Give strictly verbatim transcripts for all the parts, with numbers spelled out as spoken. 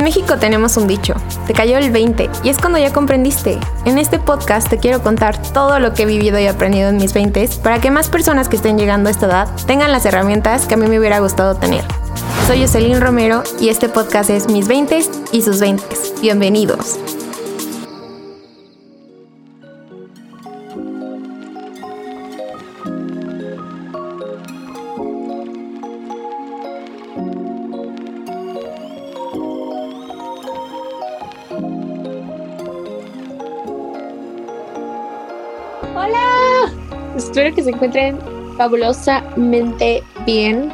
México tenemos un dicho, te cayó el veinte y es cuando ya comprendiste. En este podcast te quiero contar todo lo que he vivido y aprendido en mis veintes para que más personas que estén llegando a esta edad tengan las herramientas que a mí me hubiera gustado tener. Soy Jocelyn Romero y este podcast es Mis veintes y sus veintes. Bienvenidos. Hola, espero que se encuentren fabulosamente bien,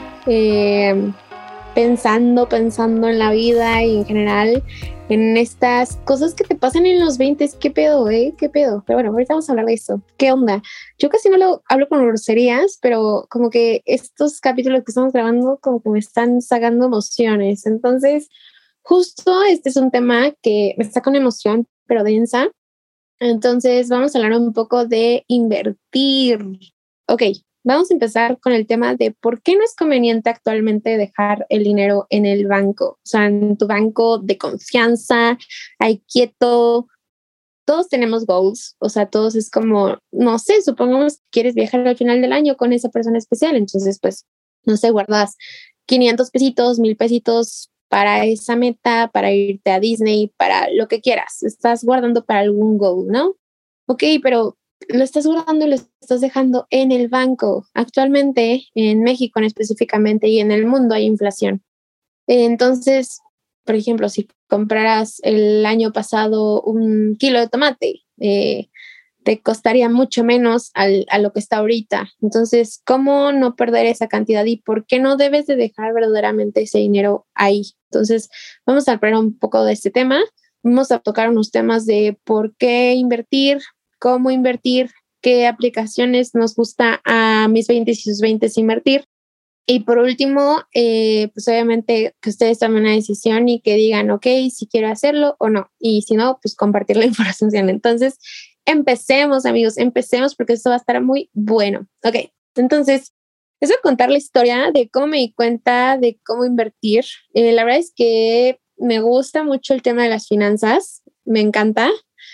eh, pensando, pensando en la vida y en general en estas cosas que te pasan en los veinte. ¿Qué pedo, eh? ¿Qué pedo? Pero bueno, ahorita vamos a hablar de eso. ¿Qué onda? Yo casi no lo hablo con groserías, pero como que estos capítulos que estamos grabando como que me están sacando emociones. Entonces, justo este es un tema que me saca una emoción, pero densa. Entonces, vamos a hablar un poco de invertir. Ok, vamos a empezar con el tema de por qué no es conveniente actualmente dejar el dinero en el banco. O sea, en tu banco de confianza, ahí quieto. Todos tenemos goals, o sea, todos es como, no sé, supongamos que quieres viajar al final del año con esa persona especial. Entonces, pues, no sé, guardas quinientos pesitos, mil pesitos para esa meta, para irte a Disney, para lo que quieras. Estás guardando para algún goal, ¿no? Ok, pero lo estás guardando y lo estás dejando en el banco. Actualmente, en México en específicamente y en el mundo hay inflación. Entonces, por ejemplo, si compraras el año pasado un kilo de tomate, eh, te costaría mucho menos al, a lo que está ahorita. Entonces, ¿cómo no perder esa cantidad y por qué no debes de dejar verdaderamente ese dinero ahí? Entonces, vamos a hablar un poco de este tema. Vamos a tocar unos temas de por qué invertir, cómo invertir, qué aplicaciones nos gusta a mis veinte y sus veinte invertir. Y por último, eh, pues obviamente que ustedes tomen una decisión y que digan, ok, si quiero hacerlo o no. Y si no, pues compartir la información. Entonces, empecemos, amigos, empecemos porque esto va a estar muy bueno. Ok, entonces, les voy a contar la historia de cómo me di cuenta de cómo invertir. Eh, la verdad es que me gusta mucho el tema de las finanzas, me encanta.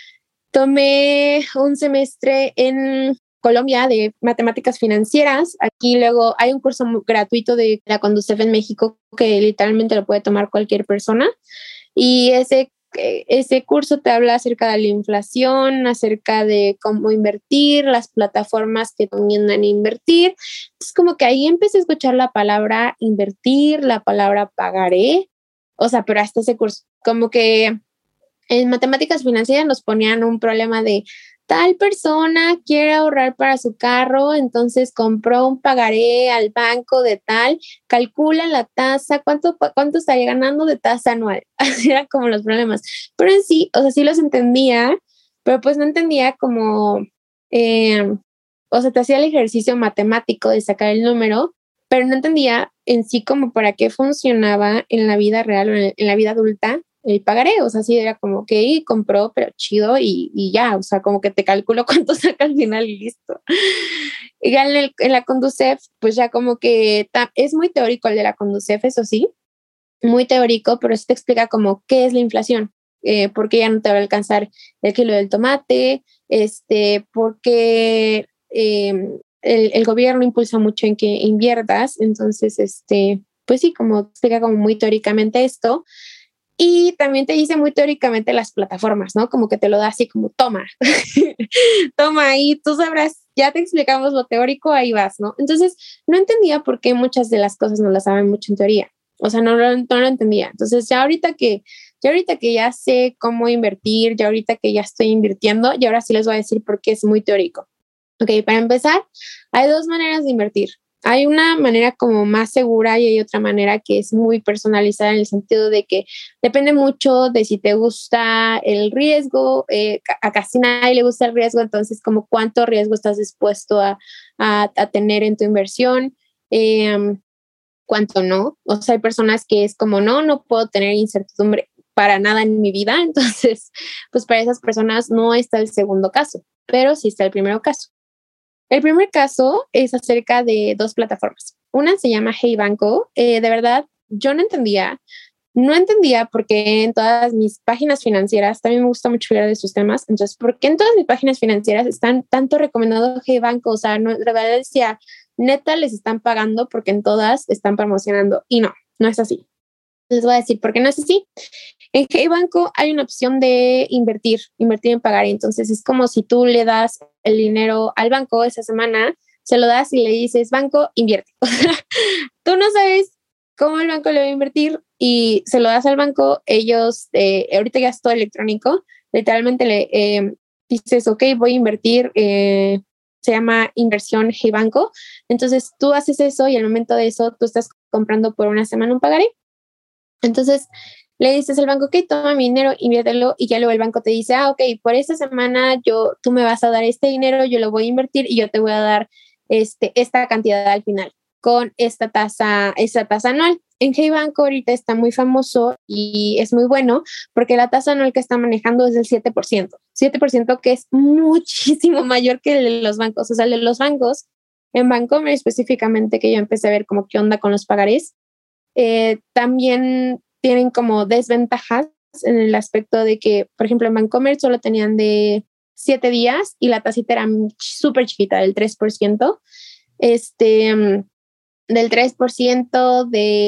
Tomé un semestre en Colombia de matemáticas financieras. Aquí luego hay un curso gratuito de la Conducef en México que literalmente lo puede tomar cualquier persona. Y ese, ese curso te habla acerca de la inflación, acerca de cómo invertir, las plataformas que recomiendan invertir. Es como que ahí empecé a escuchar la palabra invertir, la palabra pagaré. O sea, pero hasta ese curso, como que en matemáticas financieras nos ponían un problema de tal persona quiere ahorrar para su carro, entonces compró un pagaré al banco de tal, calcula la tasa, cuánto, cuánto estaría ganando de tasa anual. Así eran como los problemas. Pero en sí, o sea, sí los entendía, pero pues no entendía como, eh, o sea, te hacía el ejercicio matemático de sacar el número, pero no entendía en sí como para qué funcionaba en la vida real o en, en la vida adulta el pagaré. O sea, sí era como que compró, pero chido y, y ya, o sea, como que te calculo cuánto saca al final y listo. Y ya en, el, en la Conducef, pues ya como que ta, es muy teórico el de la Conducef, eso sí, muy teórico, pero sí te explica como qué es la inflación, eh, por qué ya no te va a alcanzar el kilo del tomate, este, por qué eh, el, el gobierno impulsa mucho en que inviertas. Entonces, este, pues sí, como explica como muy teóricamente esto. Y también te dice muy teóricamente las plataformas, ¿no? Como que te lo da así como, toma, toma ahí, tú sabrás, ya te explicamos lo teórico, ahí vas, ¿no? Entonces, no entendía por qué muchas de las cosas no las saben mucho en teoría. O sea, no, no, no lo entendía. Entonces, ya ahorita que, ya ahorita que ya sé cómo invertir, ya ahorita que ya estoy invirtiendo, y ahora sí les voy a decir por qué es muy teórico. Ok, para empezar, hay dos maneras de invertir. Hay una manera como más segura y hay otra manera que es muy personalizada en el sentido de que depende mucho de si te gusta el riesgo. Eh, a casi nadie le gusta el riesgo, entonces como cuánto riesgo estás dispuesto a, a, a tener en tu inversión, eh, cuánto no. O sea, hay personas que es como, no, no puedo tener incertidumbre para nada en mi vida. Entonces, pues para esas personas no está el segundo caso, pero sí está el primero caso. El primer caso es acerca de dos plataformas. Una se llama Hey Banco. Eh, de verdad, yo no entendía no entendía por qué en todas mis páginas financieras, también me gusta mucho hablar de estos temas, entonces, ¿por qué en todas mis páginas financieras están tanto recomendado Hey Banco? O sea, no, de verdad decía, neta les están pagando porque en todas están promocionando, y no, no es así. Les voy a decir por qué no es así. En Hey Banco hay una opción de invertir, invertir en pagar. Entonces es como si tú le das el dinero al banco esa semana, se lo das y le dices, banco, invierte. Tú no sabes cómo el banco le va a invertir y se lo das al banco. Ellos, eh, ahorita ya es todo electrónico, literalmente le eh, dices, ok, voy a invertir, eh, se llama inversión Hey Banco. Entonces tú haces eso y al momento de eso tú estás comprando por una semana un pagaré. Entonces le dices al banco, ok, toma mi dinero, inviértelo, y ya luego el banco te dice, ah, ok, por esta semana yo, tú me vas a dar este dinero, yo lo voy a invertir y yo te voy a dar este, esta cantidad al final con esta tasa, esta tasa anual. En Hey Banco ahorita está muy famoso y es muy bueno porque la tasa anual que está manejando es del siete por ciento, siete por ciento que es muchísimo mayor que el de los bancos. O sea, el de los bancos, en Bancomer específicamente, que yo empecé a ver como qué onda con los pagarés, eh, también tienen como desventajas en el aspecto de que, por ejemplo, en Bancomer solo tenían de siete días y la tasita era súper chiquita, del tres por ciento. Este, del tres por ciento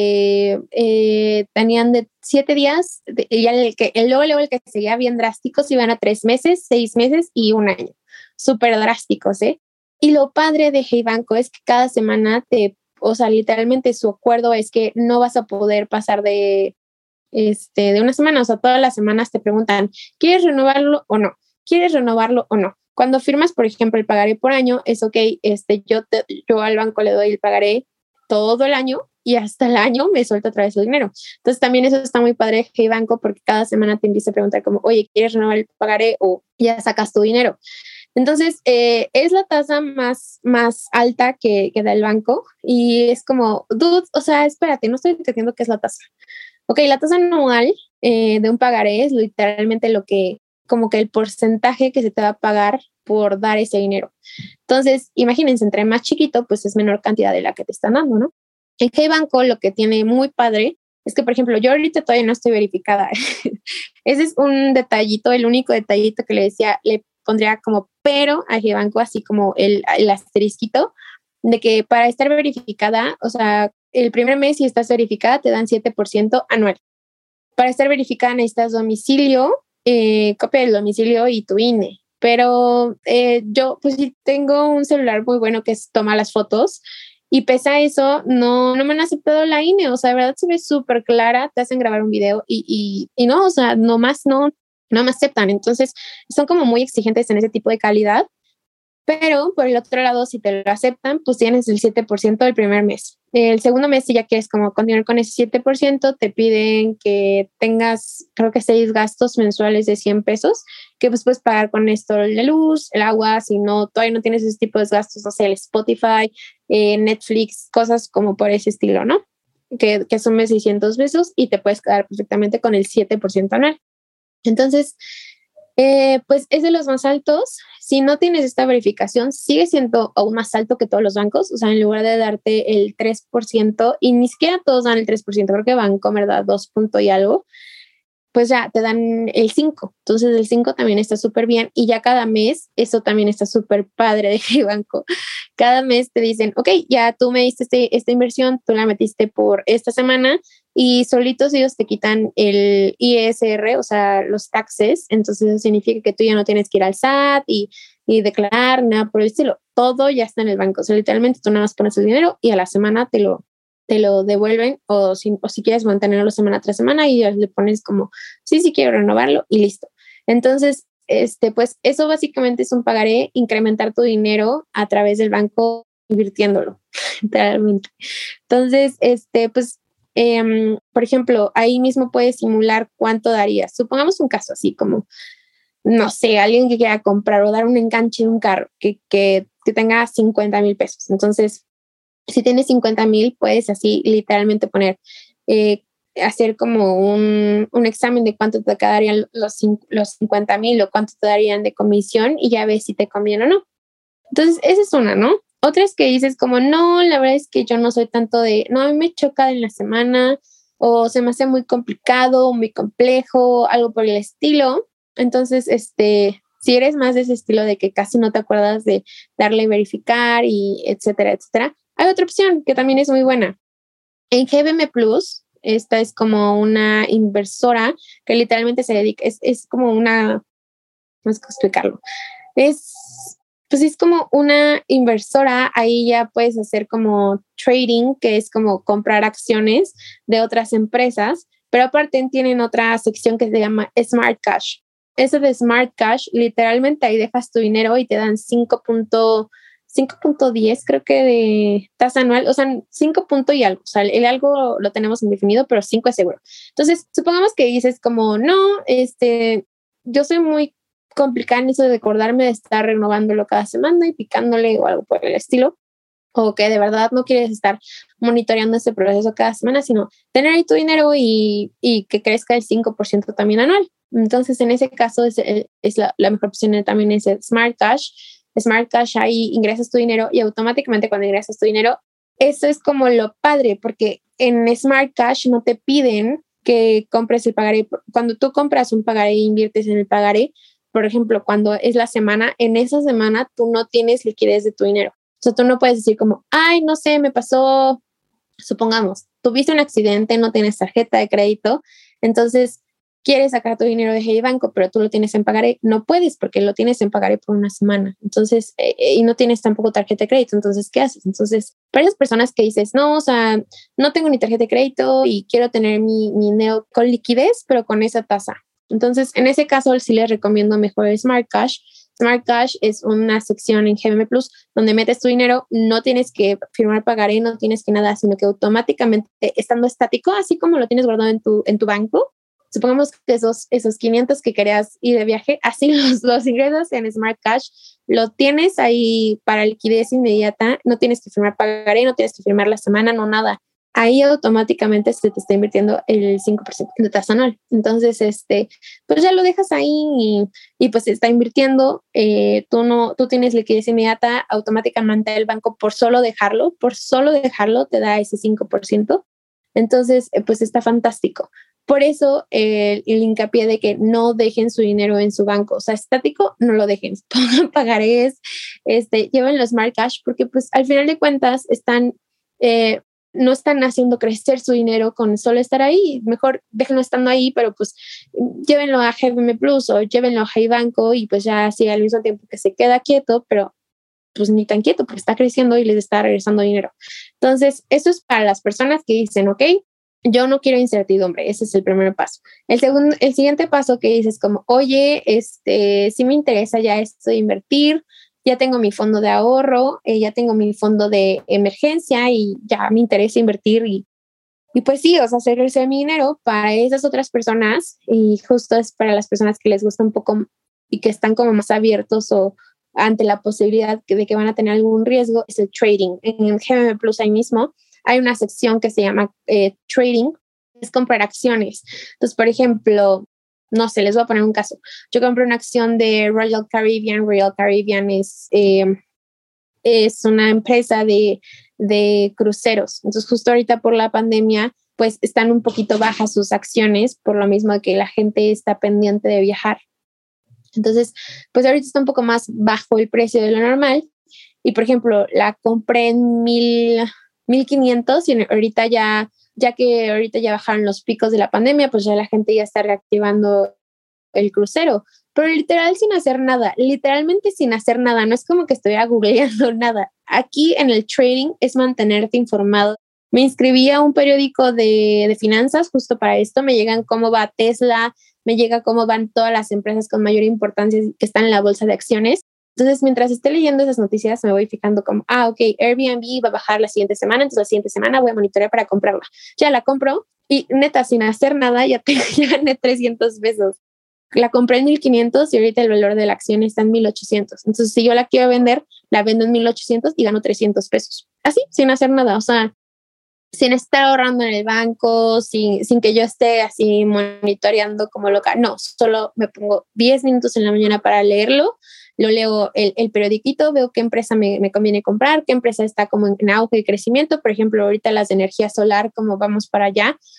de, eh, tenían de siete días, de, y el que, el luego, luego el que seguía bien drásticos iban a tres meses, seis meses y un año. Súper drásticos, ¿eh? Y lo padre de Hey Banco es que cada semana te, o sea, literalmente su acuerdo es que no vas a poder pasar de, este, de una semana, o sea, todas las semanas te preguntan, ¿quieres renovarlo o no? ¿Quieres renovarlo o no? Cuando firmas, por ejemplo, el pagaré por año, es ok, este, yo, te, yo al banco le doy el pagaré todo el año y hasta el año me suelta otra vez el dinero. Entonces también eso está muy padre, Hey Banco, porque cada semana te empieza a preguntar como, oye, ¿quieres renovar el pagaré o ya sacas tu dinero? Entonces, eh, es la tasa más, más alta que, que da el banco y es como, dude, o sea, espérate, no estoy entendiendo qué es la tasa. Ok, la tasa anual eh, de un pagaré es literalmente lo que, como que el porcentaje que se te va a pagar por dar ese dinero. Entonces, imagínense, entre más chiquito, pues es menor cantidad de la que te están dando, ¿no? En Hey Banco lo que tiene muy padre es que, por ejemplo, yo ahorita todavía no estoy verificada. Ese es un detallito, el único detallito que le decía, le pondría como pero a Hey Banco, así como el, el asterisquito, de que para estar verificada, o sea, el primer mes si estás verificada te dan siete por ciento anual. Para estar verificada necesitas domicilio, eh, copia del domicilio y tu I N E. Pero eh, yo pues sí tengo un celular muy bueno que es, toma las fotos y pese a eso no, no me han aceptado la I N E. O sea, de verdad se ve súper clara, te hacen grabar un video y, y, y no, o sea, nomás no, no me aceptan. Entonces son como muy exigentes en ese tipo de calidad. Pero por el otro lado, si te lo aceptan, pues tienes el siete por ciento del primer mes. El segundo mes, si ya quieres como continuar con ese siete por ciento, te piden que tengas, creo que seis gastos mensuales de cien pesos, que pues puedes pagar con esto la luz, el agua, si no, todavía no tienes ese tipo de gastos, o sea, el Spotify, eh, Netflix, cosas como por ese estilo, ¿no? Que, que sume seiscientos pesos y te puedes quedar perfectamente con el siete por ciento anual. Entonces, Eh, pues es de los más altos. Si no tienes esta verificación, sigue siendo aún más alto que todos los bancos. O sea, en lugar de darte el tres por ciento, y ni siquiera todos dan el tres por ciento, creo que Bancomer da dos punto y algo, pues ya te dan el cinco. Entonces el cinco también está súper bien y ya cada mes, eso también está súper padre de Hey Banco. Cada mes te dicen, ok, ya tú me diste este, esta inversión, tú la metiste por esta semana y solitos ellos te quitan el I S R, o sea, los taxes. Entonces eso significa que tú ya no tienes que ir al S A T y, y declarar nada por el estilo. Todo ya está en el banco. O sea, literalmente tú nada más pones el dinero y a la semana te lo te lo devuelven o si, o si quieres mantenerlo semana tras semana y le pones como, sí, sí quiero renovarlo y listo. Entonces, este, pues eso básicamente es un pagaré, incrementar tu dinero a través del banco invirtiéndolo, literalmente. Entonces, este, pues, eh, por ejemplo, ahí mismo puedes simular cuánto darías. Supongamos un caso así como, no sé, alguien que quiera comprar o dar un enganche de un carro que, que, que tenga cincuenta mil pesos. Entonces, si tienes cincuenta mil, puedes así literalmente poner, eh, hacer como un, un examen de cuánto te quedarían los, los cincuenta mil o cuánto te darían de comisión y ya ves si te conviene o no. Entonces, esa es una, ¿no? Otra es que dices como, no, la verdad es que yo no soy tanto de, no, a mí me choca en la semana, o se me hace muy complicado, muy complejo, algo por el estilo. Entonces, este, si eres más de ese estilo de que casi no te acuerdas de darle a verificar y etcétera, etcétera, hay otra opción que también es muy buena. En G B M Plus, esta es como una inversora que literalmente se dedica, es, es como una, no sé cómo explicarlo, es, pues es como una inversora, ahí ya puedes hacer como trading, que es como comprar acciones de otras empresas, pero aparte tienen otra sección que se llama Smart Cash. Ese de Smart Cash, literalmente ahí dejas tu dinero y te dan cinco punto diez creo que de tasa anual, o sea, cinco punto y algo, o sea, el algo lo tenemos indefinido, pero cinco es seguro. Entonces, supongamos que dices como, no, este, yo soy muy complicada en eso de acordarme de estar renovándolo cada semana y picándole o algo por el estilo, o que de verdad no quieres estar monitoreando ese proceso cada semana, sino tener ahí tu dinero y, y que crezca el cinco por ciento también anual. Entonces, en ese caso, es, es la, la mejor opción también es el Smart Cash. Smart Cash, ahí ingresas tu dinero y automáticamente cuando ingresas tu dinero, eso es como lo padre, porque en Smart Cash no te piden que compres el pagaré. Cuando tú compras un pagaré e inviertes en el pagaré, por ejemplo, cuando es la semana, en esa semana tú no tienes liquidez de tu dinero. O sea, tú no puedes decir como, ay, no sé, me pasó, supongamos, tuviste un accidente, no tienes tarjeta de crédito, entonces quieres sacar tu dinero de Hey Banco, pero tú lo tienes en pagaré, no puedes porque lo tienes en pagaré por una semana. Entonces, eh, y no tienes tampoco tarjeta de crédito. Entonces, ¿qué haces? Entonces, varias personas que dices, no, o sea, no tengo ni tarjeta de crédito y quiero tener mi, mi dinero con liquidez, pero con esa tasa. Entonces, en ese caso, sí les recomiendo mejor Smart Cash. Smart Cash es una sección en G B M Plus donde metes tu dinero, no tienes que firmar pagaré, no tienes que nada, sino que automáticamente, estando estático, así como lo tienes guardado en tu, en tu banco, supongamos que esos, esos quinientos que querías ir de viaje, así los, los ingresos en Smart Cash, lo tienes ahí para liquidez inmediata, no tienes que firmar pagaré, no tienes que firmar la semana, no nada. Ahí automáticamente se te está invirtiendo el cinco por ciento de tasa anual. Entonces, este, pues ya lo dejas ahí y, y pues se está invirtiendo. Eh, tú no, tú tienes liquidez inmediata, automáticamente el banco por solo dejarlo, por solo dejarlo te da ese cinco por ciento. Entonces, eh, pues está fantástico. Por eso eh, el hincapié de que no dejen su dinero en su banco, o sea, estático, no lo dejen, pongan pagarés, este, lleven los Smart Cash, porque pues al final de cuentas están, eh, no están haciendo crecer su dinero con solo estar ahí, mejor déjenlo estando ahí, pero pues llévenlo a G B M Plus o llévenlo a Hey Banco y pues ya así al mismo tiempo que se queda quieto, pero pues ni tan quieto porque está creciendo y les está regresando dinero. Entonces, eso es para las personas que dicen, ok, yo no quiero incertidumbre, ese es el primer paso. El segundo, el siguiente paso que dices como, oye, este, sí me interesa ya esto de invertir, ya tengo mi fondo de ahorro, eh, ya tengo mi fondo de emergencia y ya me interesa invertir y, y pues sí, o sea, hacer crecer mi dinero para esas otras personas y justo es para las personas que les gusta un poco y que están como más abiertos o ante la posibilidad de que van a tener algún riesgo, es el trading. En G M Plus ahí mismo hay una sección que se llama eh, trading, es comprar acciones. Entonces, por ejemplo, no sé, les voy a poner un caso. Yo compré una acción de Royal Caribbean. Royal Caribbean es, eh, es una empresa de, de cruceros. Entonces, justo ahorita por la pandemia, pues están un poquito bajas sus acciones, por lo mismo que la gente está pendiente de viajar. Entonces, pues ahorita está un poco más bajo el precio de lo normal. Y, por ejemplo, la compré en mil... mil quinientos y ahorita ya, ya que ahorita ya bajaron los picos de la pandemia, pues ya la gente ya está reactivando el crucero, pero literal sin hacer nada, literalmente sin hacer nada, no es como que estuviera googleando nada. Aquí en el trading es mantenerte informado. Me inscribí a un periódico de, de finanzas justo para esto, me llegan cómo va Tesla, me llega cómo van todas las empresas con mayor importancia que están en la bolsa de acciones. Entonces, mientras esté leyendo esas noticias, me voy fijando como, ah, ok, Airbnb va a bajar la siguiente semana, entonces la siguiente semana voy a monitorear para comprarla. Ya la compro y neta, sin hacer nada, ya, tengo, ya gané trescientos pesos. La compré en mil quinientos y ahorita el valor de la acción está en mil ochocientos. Entonces, si yo la quiero vender, la vendo en mil ochocientos y gano trescientos pesos. Así, sin hacer nada, o sea, sin estar ahorrando en el banco, sin, sin que yo esté así monitoreando como loca. No, solo me pongo diez minutos en la mañana para leerlo. Lo leo el, el periodiquito, veo qué empresa me, me conviene comprar, qué empresa está como en auge y crecimiento. Por ejemplo, ahorita las de energía solar, como vamos para allá,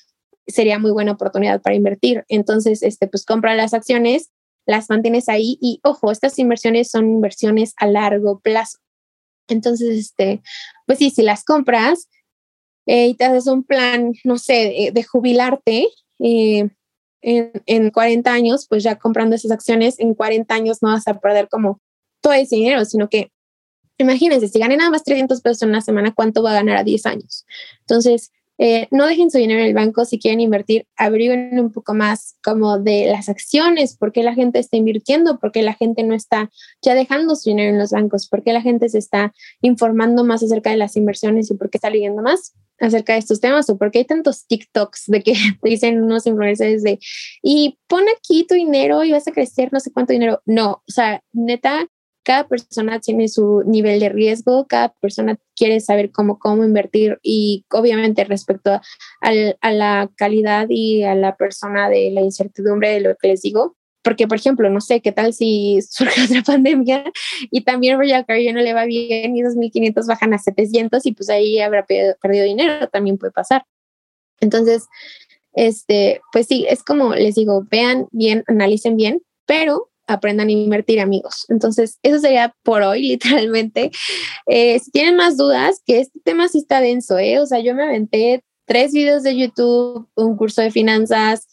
sería muy buena oportunidad para invertir. Entonces, este, pues compra las acciones, las mantienes ahí y, ojo, estas inversiones son inversiones a largo plazo. Entonces, este, pues sí, si las compras eh, y te haces un plan, no sé, de, de jubilarte eh, en, en cuarenta años, pues ya comprando esas acciones, en cuarenta años no vas a perder como todo ese dinero, sino que imagínense, si gané nada más trescientos pesos en una semana, ¿cuánto va a ganar a diez años? Entonces, eh, no dejen su dinero en el banco. Si quieren invertir, averigüen un poco más como de las acciones, por qué la gente está invirtiendo, por qué la gente no está ya dejando su dinero en los bancos, por qué la gente se está informando más acerca de las inversiones y por qué está leyendo más acerca de estos temas, o por qué hay tantos TikToks de que te dicen unos influencers de, y pon aquí tu dinero y vas a crecer no sé cuánto dinero. No, o sea, neta, cada persona tiene su nivel de riesgo, cada persona quiere saber cómo, cómo invertir y obviamente respecto a, a la calidad y a la persona de la incertidumbre de lo que les digo. Porque, por ejemplo, no sé, ¿qué tal si surge otra pandemia y también Royal Caribbean no le va bien y esos mil quinientos bajan a setecientos y pues ahí habrá perdido, perdido dinero? También puede pasar. Entonces, este, pues sí, es como les digo, vean bien, analicen bien, pero aprendan a invertir, amigos. Entonces, eso sería por hoy, literalmente. Eh, si tienen más dudas, que este tema sí está denso, ¿eh? O sea, yo me aventé tres videos de YouTube, un curso de finanzas,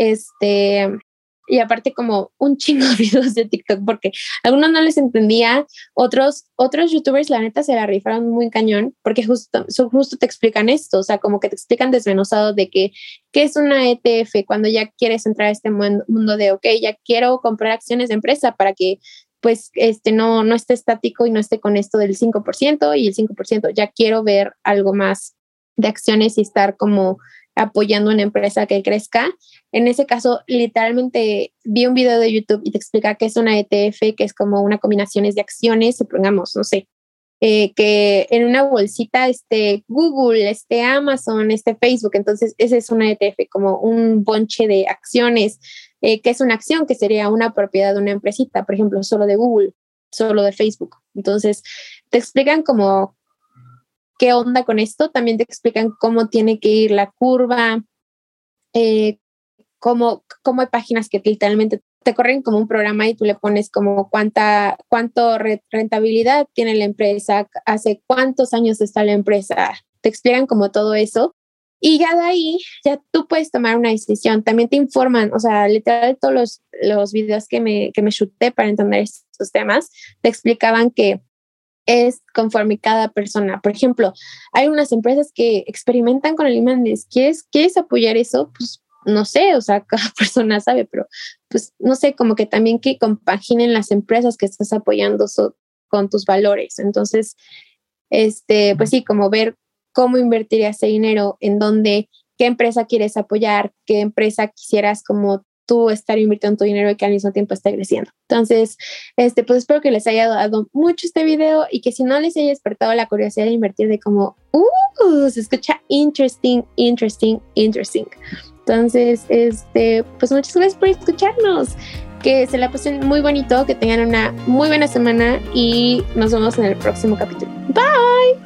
este, y aparte como un chingo de videos de TikTok, porque algunos no les entendía, otros, otros YouTubers, la neta, se la rifaron muy cañón, porque justo, justo te explican esto, o sea, como que te explican desmenuzado de que qué es una E T F cuando ya quieres entrar a este mundo de, ok, ya quiero comprar acciones de empresa para que pues este no, no esté estático y no esté con esto del cinco por ciento y el cinco por ciento, ya quiero ver algo más de acciones y estar como apoyando una empresa que crezca. En ese caso, literalmente vi un video de YouTube y te explica qué es una E T F, que es como una combinación de acciones, supongamos, no sé, eh, que en una bolsita esté Google, esté Amazon, esté Facebook. Entonces, esa es una E T F, como un bonche de acciones, eh, que es una acción que sería una propiedad de una empresita, por ejemplo, solo de Google, solo de Facebook. Entonces, te explican como qué onda con esto, también te explican cómo tiene que ir la curva, eh, cómo, cómo hay páginas que literalmente te corren como un programa y tú le pones como cuánta, cuánto rentabilidad tiene la empresa, hace cuántos años está la empresa, te explican como todo eso. Y ya de ahí, ya tú puedes tomar una decisión. También te informan, o sea, literal todos los, los videos que me, que me chuté para entender estos temas, te explicaban que es conforme cada persona. Por ejemplo, hay unas empresas que experimentan con el imán. ¿Quieres, ¿Quieres apoyar eso? Pues no sé, o sea, cada persona sabe, pero pues no sé, como que también que compaginen las empresas que estás apoyando so, con tus valores. Entonces, este, pues sí, como ver cómo invertir ese dinero, en dónde, qué empresa quieres apoyar, qué empresa quisieras como tú estar invirtiendo tu dinero y que al mismo tiempo esté creciendo. Entonces, este, pues espero que les haya dado mucho este video y que si no les haya despertado la curiosidad de invertir de como, uh, se escucha interesting, interesting, interesting. Entonces, este, pues muchas gracias por escucharnos. Que se la pasen muy bonito, que tengan una muy buena semana y nos vemos en el próximo capítulo. Bye.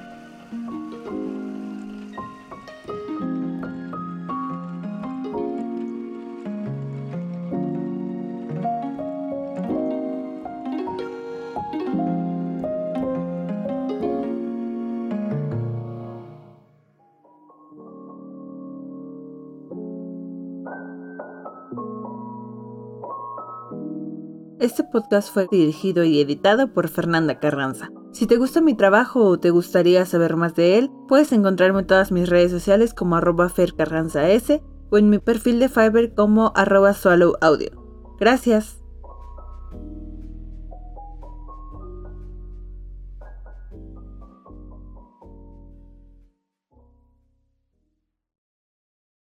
Este podcast fue dirigido y editado por Fernanda Carranza. Si te gusta mi trabajo o te gustaría saber más de él, puedes encontrarme en todas mis redes sociales como arroba fercarranzas o en mi perfil de Fiverr como arroba swallowaudio. Gracias.